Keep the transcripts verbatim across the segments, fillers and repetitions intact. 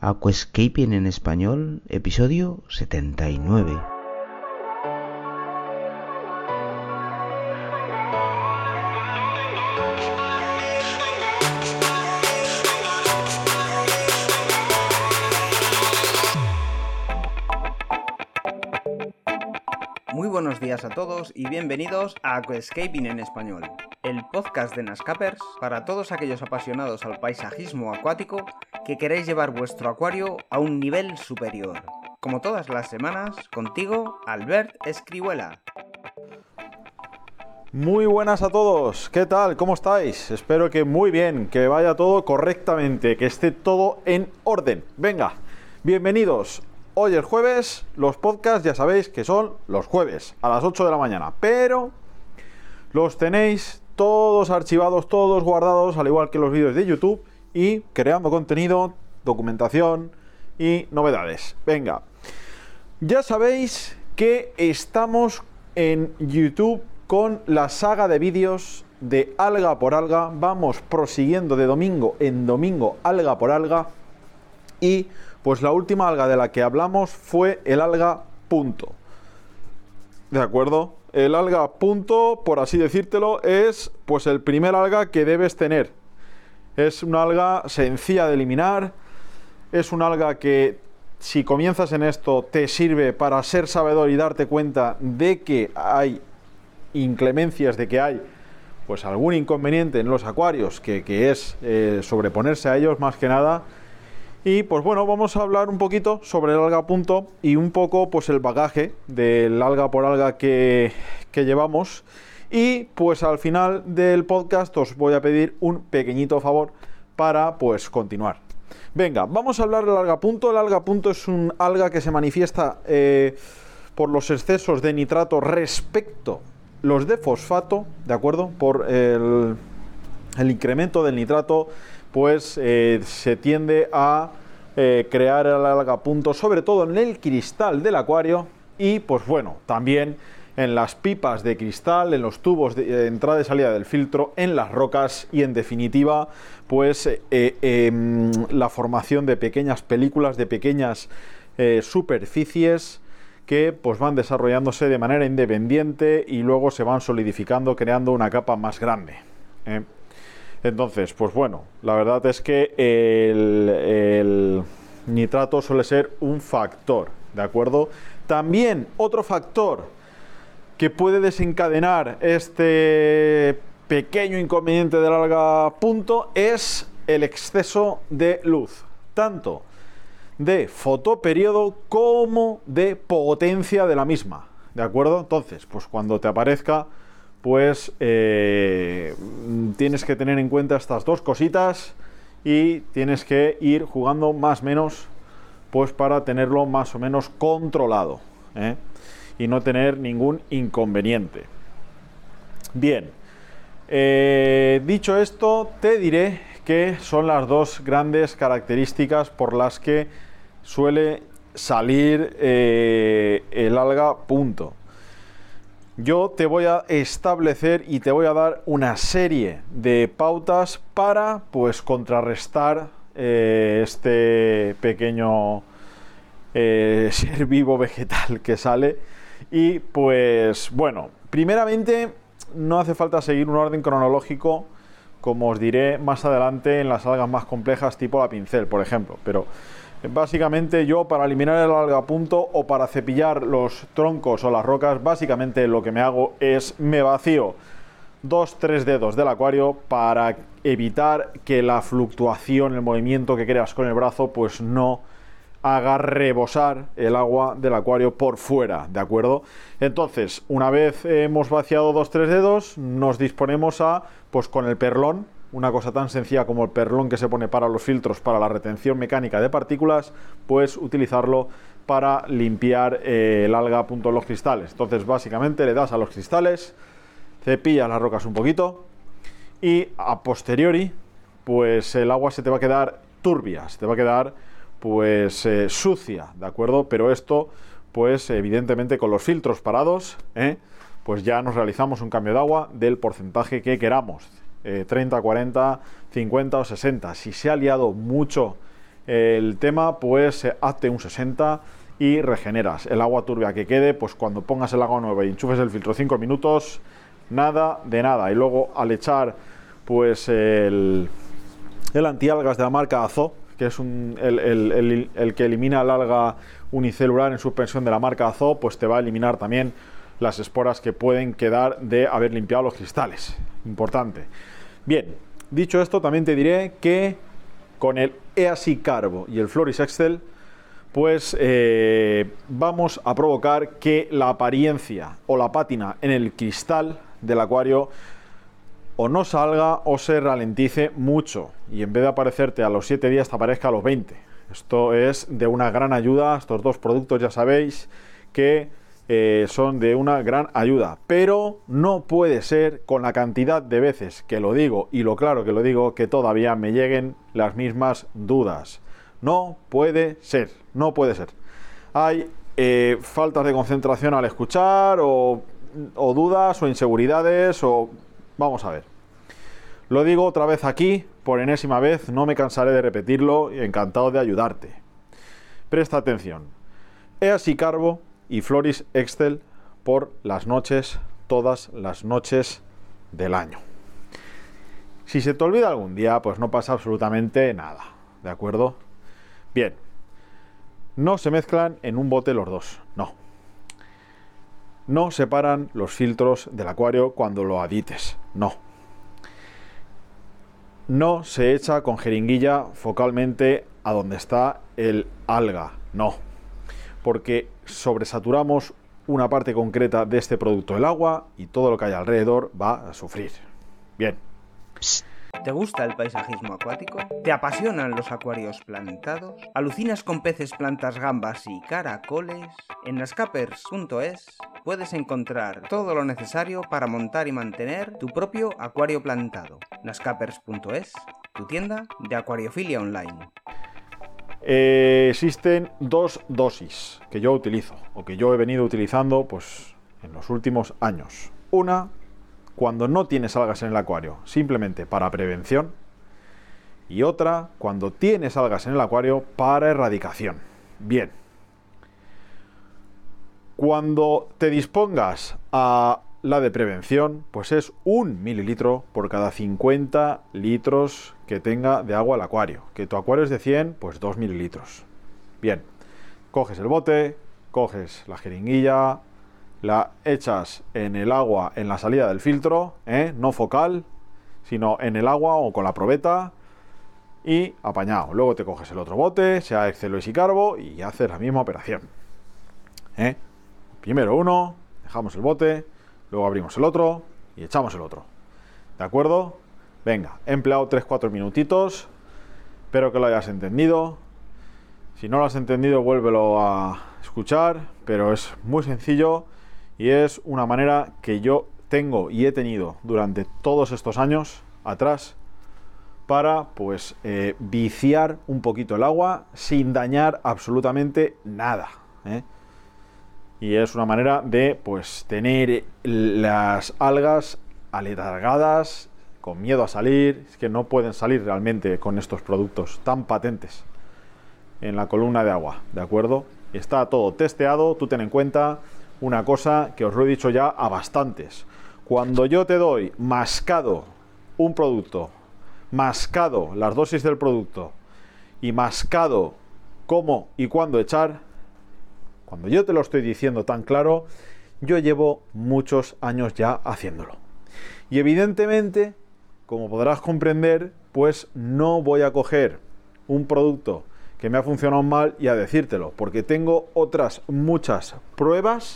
Aquascaping en español, episodio setenta y nueve. Muy buenos días a todos y bienvenidos a Aquascaping en español, el podcast de Nascapers para todos aquellos apasionados al paisajismo acuático que queréis llevar vuestro acuario a un nivel superior. Como todas las semanas, contigo, Albert Escrihuela. Muy buenas a todos, ¿qué tal? ¿Cómo estáis? Espero que muy bien, que vaya todo correctamente, que esté todo en orden. Venga, bienvenidos. Hoy es jueves, los podcasts ya sabéis que son los jueves a las ocho de la mañana, pero los tenéis todos archivados, todos guardados, al igual que los vídeos de YouTube y creando contenido, documentación y novedades. Venga, ya sabéis que estamos en YouTube con la saga de vídeos de alga por alga, vamos prosiguiendo de domingo en domingo alga por alga y pues la última alga de la que hablamos fue el alga punto. ¿De acuerdo? El alga punto, por así decírtelo, es pues el primer alga que debes tener. Es una alga sencilla de eliminar. Es un alga que, si comienzas en esto, te sirve para ser sabedor y darte cuenta de que hay inclemencias, de que hay pues algún inconveniente en los acuarios, que, que es eh, sobreponerse a ellos más que nada. Y pues bueno, vamos a hablar un poquito sobre el alga punto y un poco pues el bagaje del alga por alga que, que llevamos. Y pues al final del podcast os voy a pedir un pequeñito favor para pues continuar. Venga, vamos a hablar del alga punto. El alga punto es un alga que se manifiesta eh, por los excesos de nitrato respecto los de fosfato, ¿de acuerdo? Por el, el incremento del nitrato, pues eh, se tiende a eh, crear el alga punto, sobre todo en el cristal del acuario y pues bueno, también en las pipas de cristal, en los tubos de, de entrada y salida del filtro, en las rocas y en definitiva pues eh, eh, la formación de pequeñas películas, de pequeñas eh, superficies que pues van desarrollándose de manera independiente y luego se van solidificando creando una capa más grande. ¿eh? Entonces, pues bueno, la verdad es que el, el nitrato suele ser un factor, ¿de acuerdo? También otro factor que puede desencadenar este pequeño inconveniente del alga punto es el exceso de luz, tanto de fotoperiodo como de potencia de la misma, ¿de acuerdo? Entonces, pues cuando te aparezca, pues eh, tienes que tener en cuenta estas dos cositas y tienes que ir jugando más o menos pues para tenerlo más o menos controlado, ¿eh? Y no tener ningún inconveniente. Bien, eh, dicho esto, te diré que son las dos grandes características por las que suele salir eh, el alga punto. Yo te voy a establecer y te voy a dar una serie de pautas para pues contrarrestar eh, este pequeño eh, ser vivo vegetal que sale. Y pues bueno, primeramente no hace falta seguir un orden cronológico, como os diré más adelante en las algas más complejas tipo la pincel, por ejemplo, pero básicamente yo para eliminar el alga punto o para cepillar los troncos o las rocas, básicamente lo que me hago es me vacío dos tres dedos del acuario para evitar que la fluctuación, el movimiento que creas con el brazo pues no haga rebosar el agua del acuario por fuera, ¿de acuerdo? Entonces, una vez hemos vaciado dos tres dedos, nos disponemos a, pues con el perlón, una cosa tan sencilla como el perlón que se pone para los filtros, para la retención mecánica de partículas, pues utilizarlo para limpiar eh, el alga punto en los cristales. Entonces, básicamente le das a los cristales, cepillas las rocas un poquito y a posteriori, pues el agua se te va a quedar turbia, se te va a quedar pues eh, sucia, ¿de acuerdo? Pero esto, pues evidentemente con los filtros parados, ¿eh? pues ya nos realizamos un cambio de agua del porcentaje que queramos, eh, treinta, cuarenta, cincuenta o sesenta. Si se ha liado mucho el tema, pues hazte un sesenta y regeneras. El agua turbia que quede, pues cuando pongas el agua nueva y enchufes el filtro cinco minutos, nada de nada. Y luego al echar pues el, el antialgas de la marca Azo, que es un, el, el, el, el que elimina el alga unicelular en suspensión de la marca Azo, pues te va a eliminar también las esporas que pueden quedar de haber limpiado los cristales. Importante. Bien, dicho esto, también te diré que con el Easy Carbo y el Floris Excel, pues eh, vamos a provocar que la apariencia o la pátina en el cristal del acuario o no salga o se ralentice mucho, y en vez de aparecerte a los siete días te aparezca a los veinte. Esto es de una gran ayuda. Estos dos productos ya sabéis que eh, son de una gran ayuda, pero no puede ser con la cantidad de veces que lo digo y lo claro que lo digo que todavía me lleguen las mismas dudas. No puede ser, no puede ser. Hay eh, faltas de concentración al escuchar o, o dudas o inseguridades o... Vamos a ver. Lo digo otra vez aquí, por enésima vez, no me cansaré de repetirlo y encantado de ayudarte. Presta atención. Easy Carbo y Floris Excel por las noches, todas las noches del año. Si se te olvida algún día, pues no pasa absolutamente nada, ¿de acuerdo? Bien, no se mezclan en un bote los dos, no. No separan los filtros del acuario cuando lo adites, no. No se echa con jeringuilla focalmente a donde está el alga, no. Porque sobresaturamos una parte concreta de este producto, el agua, y todo lo que hay alrededor va a sufrir. Bien. ¿Te gusta el paisajismo acuático? ¿Te apasionan los acuarios plantados? ¿Alucinas con peces, plantas, gambas y caracoles? En nascapers punto es puedes encontrar todo lo necesario para montar y mantener tu propio acuario plantado. nascapers punto es, tu tienda de acuariofilia online. Eh, existen dos dosis que yo utilizo, o que yo he venido utilizando pues en los últimos años. Una, cuando no tienes algas en el acuario, simplemente para prevención, y otra, cuando tienes algas en el acuario, para erradicación. Bien. Cuando te dispongas a la de prevención, pues es un mililitro por cada cincuenta litros que tenga de agua el acuario. Que tu acuario es de cien, pues dos mililitros. Bien. Coges el bote, coges la jeringuilla, la echas en el agua en la salida del filtro, ¿eh? No focal, sino en el agua o con la probeta, y apañado. Luego te coges el otro bote, sea Excel o Easy Carbo, y haces la misma operación. ¿Eh? Primero uno, dejamos el bote, luego abrimos el otro y echamos el otro. ¿De acuerdo? Venga, he empleado tres cuatro minutitos, espero que lo hayas entendido. Si no lo has entendido, vuélvelo a escuchar, pero es muy sencillo. Y es una manera que yo tengo y he tenido durante todos estos años atrás para pues eh, viciar un poquito el agua sin dañar absolutamente nada, ¿eh? Y es una manera de pues tener las algas aletargadas, con miedo a salir. Es que no pueden salir realmente con estos productos tan patentes en la columna de agua, ¿de acuerdo? Está todo testeado. Tú ten en cuenta una cosa que os lo he dicho ya a bastantes. Cuando yo te doy mascado un producto, mascado las dosis del producto y mascado cómo y cuándo echar, cuando yo te lo estoy diciendo tan claro, yo llevo muchos años ya haciéndolo. Y evidentemente, como podrás comprender, pues no voy a coger un producto que me ha funcionado mal y a decírtelo, porque tengo otras muchas pruebas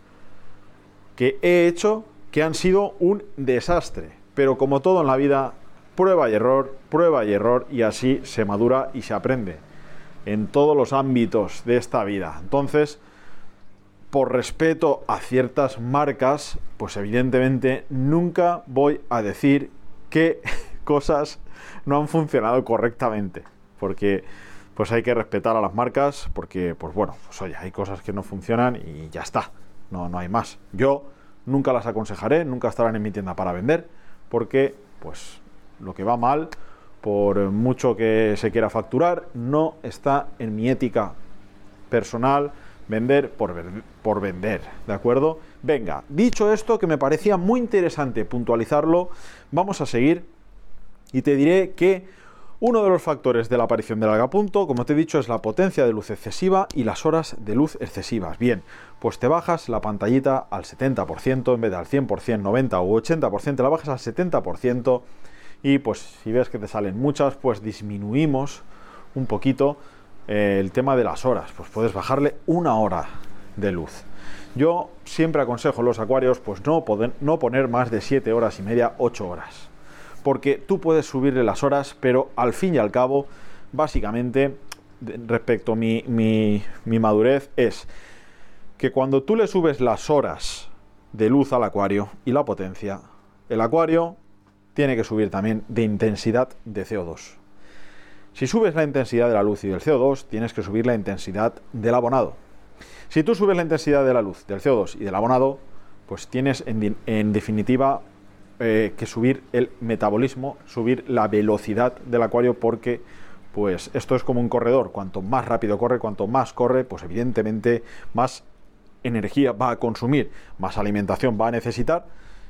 que he hecho que han sido un desastre. Pero como todo en la vida, prueba y error, prueba y error, y así se madura y se aprende en todos los ámbitos de esta vida. Entonces, por respeto a ciertas marcas, pues evidentemente nunca voy a decir qué cosas no han funcionado correctamente, porque pues hay que respetar a las marcas, porque pues bueno, pues oye, hay cosas que no funcionan y ya está, no, no hay más. Yo nunca las aconsejaré, nunca estarán en mi tienda para vender, porque pues lo que va mal, por mucho que se quiera facturar, no está en mi ética personal vender por, ver, por vender, ¿de acuerdo? Venga, dicho esto, que me parecía muy interesante puntualizarlo, vamos a seguir y te diré que uno de los factores de la aparición del algapunto, como te he dicho, es la potencia de luz excesiva y las horas de luz excesivas. Bien, pues te bajas la pantallita al setenta por ciento en vez de al cien por ciento, noventa o ochenta por ciento, la bajas al setenta por ciento y pues si ves que te salen muchas, pues disminuimos un poquito eh, el tema de las horas. Pues puedes bajarle una hora de luz. Yo siempre aconsejo en los acuarios pues no, poder, no poner más de siete horas y media, ocho horas. Porque tú puedes subirle las horas, pero al fin y al cabo, básicamente, respecto a mi, mi, mi madurez, es que cuando tú le subes las horas de luz al acuario y la potencia, el acuario tiene que subir también de intensidad de C O dos. Si subes la intensidad de la luz y del C O dos, tienes que subir la intensidad del abonado. Si tú subes la intensidad de la luz, del C O dos y del abonado, pues tienes en, en definitiva eh, que subir el metabolismo, subir la velocidad del acuario, porque pues esto es como un corredor. Cuanto más rápido corre, cuanto más corre, pues evidentemente más energía va a consumir, más alimentación va a necesitar,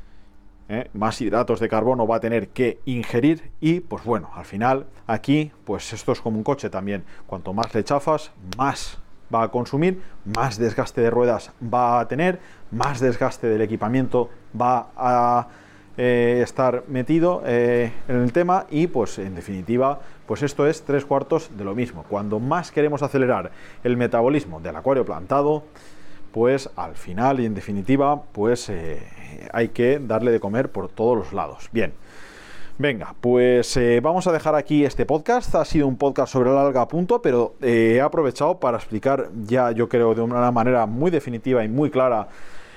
¿eh? más hidratos de carbono va a tener que ingerir y pues bueno, al final aquí pues esto es como un coche también. Cuanto más le chafas, más va a consumir, más desgaste de ruedas va a tener, más desgaste del equipamiento va a eh, estar metido eh, en el tema y pues en definitiva pues esto es tres cuartos de lo mismo. Cuando más queremos acelerar el metabolismo del acuario plantado, pues al final y en definitiva pues eh, hay que darle de comer por todos los lados. Bien, venga, pues eh, vamos a dejar aquí este podcast. Ha sido un podcast sobre el algapunto, pero eh, he aprovechado para explicar ya, yo creo, de una manera muy definitiva y muy clara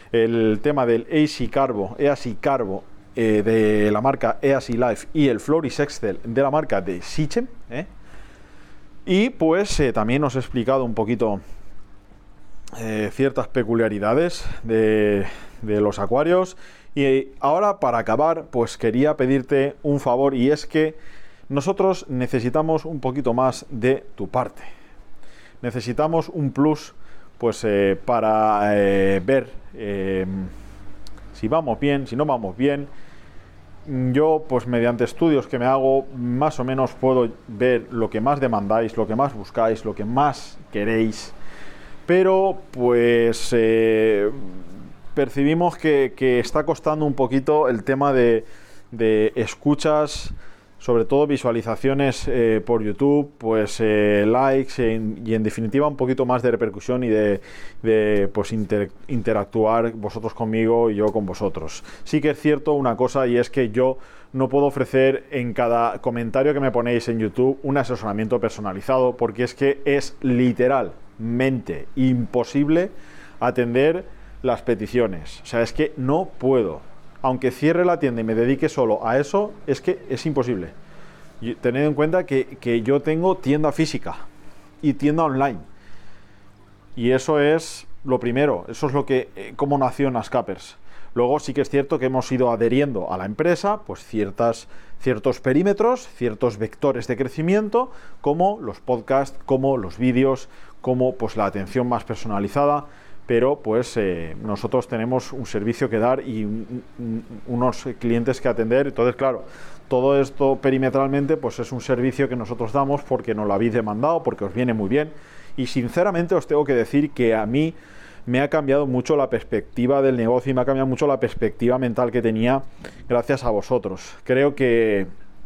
el tema del Easy Carbo, Easy Carbo eh, de la marca Easy Life y el Floris Excel de la marca de Sichem, ¿eh? Y pues eh, también os he explicado un poquito eh, ciertas peculiaridades de, de los acuarios. Y ahora, para acabar, pues quería pedirte un favor, y es que nosotros necesitamos un poquito más de tu parte. Necesitamos un plus pues eh, para eh, ver eh, si vamos bien, si no vamos bien. Yo pues mediante estudios que me hago más o menos puedo ver lo que más demandáis, lo que más buscáis, lo que más queréis, pero pues eh, percibimos que, que está costando un poquito el tema de, de escuchas, sobre todo visualizaciones eh, por YouTube, pues eh, likes en, y en definitiva un poquito más de repercusión y de, de pues inter, interactuar vosotros conmigo y yo con vosotros. Sí que es cierto una cosa, y es que yo no puedo ofrecer en cada comentario que me ponéis en YouTube un asesoramiento personalizado, porque es que es literalmente imposible atender las peticiones. O sea, es que no puedo. Aunque cierre la tienda y me dedique solo a eso, es que es imposible. Y tened en cuenta que, que yo tengo tienda física y tienda online. Y eso es lo primero. Eso es lo que, eh, cómo nació Nascapers. Luego sí que es cierto que hemos ido adheriendo a la empresa pues ciertas, ciertos perímetros, ciertos vectores de crecimiento, como los podcasts, como los vídeos, como pues la atención más personalizada. Pero pues eh, nosotros tenemos un servicio que dar y un, un, unos clientes que atender. Entonces, claro, todo esto perimetralmente pues es un servicio que nosotros damos porque nos lo habéis demandado, porque os viene muy bien. Y sinceramente os tengo que decir que a mí me ha cambiado mucho la perspectiva del negocio y me ha cambiado mucho la perspectiva mental que tenía gracias a vosotros. Creo que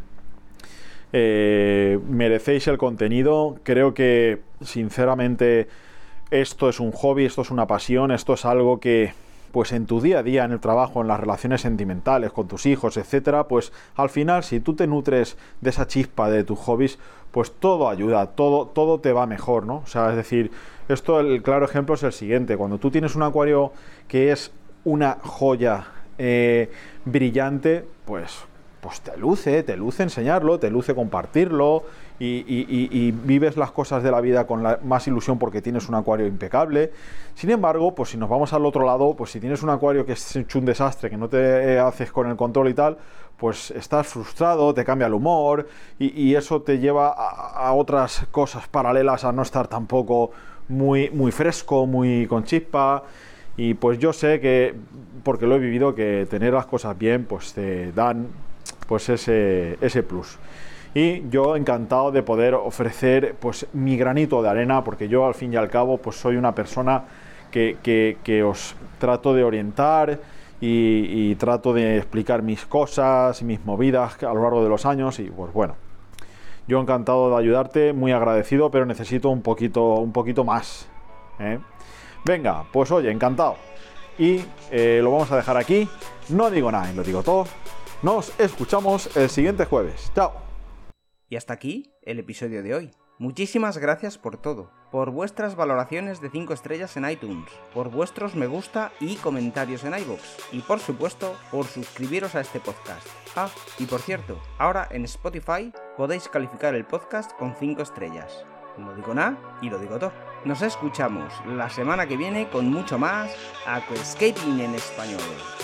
eh, merecéis el contenido. Creo que sinceramente esto es un hobby, esto es una pasión, esto es algo que pues en tu día a día, en el trabajo, en las relaciones sentimentales, con tus hijos, etcétera, pues al final si tú te nutres de esa chispa de tus hobbies, pues todo ayuda, todo, todo te va mejor, ¿no? O sea, es decir, esto, el claro ejemplo es el siguiente: cuando tú tienes un acuario que es una joya eh, brillante, pues pues te luce, te luce enseñarlo, te luce compartirlo y, y, y, y vives las cosas de la vida con la, más ilusión porque tienes un acuario impecable. Sin embargo, pues si nos vamos al otro lado, pues si tienes un acuario que es hecho un desastre, que no te haces con el control y tal, pues estás frustrado, te cambia el humor y, y eso te lleva a, a otras cosas paralelas, a no estar tampoco muy, muy fresco, muy con chispa. Y pues yo sé que, porque lo he vivido, que tener las cosas bien pues te dan pues ese, ese plus. Y yo encantado de poder ofrecer pues mi granito de arena, porque yo al fin y al cabo pues soy una persona que, que, que os trato de orientar y, y trato de explicar mis cosas y mis movidas a lo largo de los años. Y pues bueno, yo encantado de ayudarte, muy agradecido, pero necesito un poquito, un poquito más, ¿eh? Venga, pues oye, encantado. Y eh, lo vamos a dejar aquí. No digo nada y lo digo todo. Nos escuchamos el siguiente jueves. Chao. Y hasta aquí el episodio de hoy. Muchísimas gracias por todo, por vuestras valoraciones de cinco estrellas en iTunes, por vuestros me gusta y comentarios en iVoox, y por supuesto, por suscribiros a este podcast. Ah, y por cierto, ahora en Spotify podéis calificar el podcast con cinco estrellas. No digo nada y lo digo todo. Nos escuchamos la semana que viene con mucho más Aquascaping en español.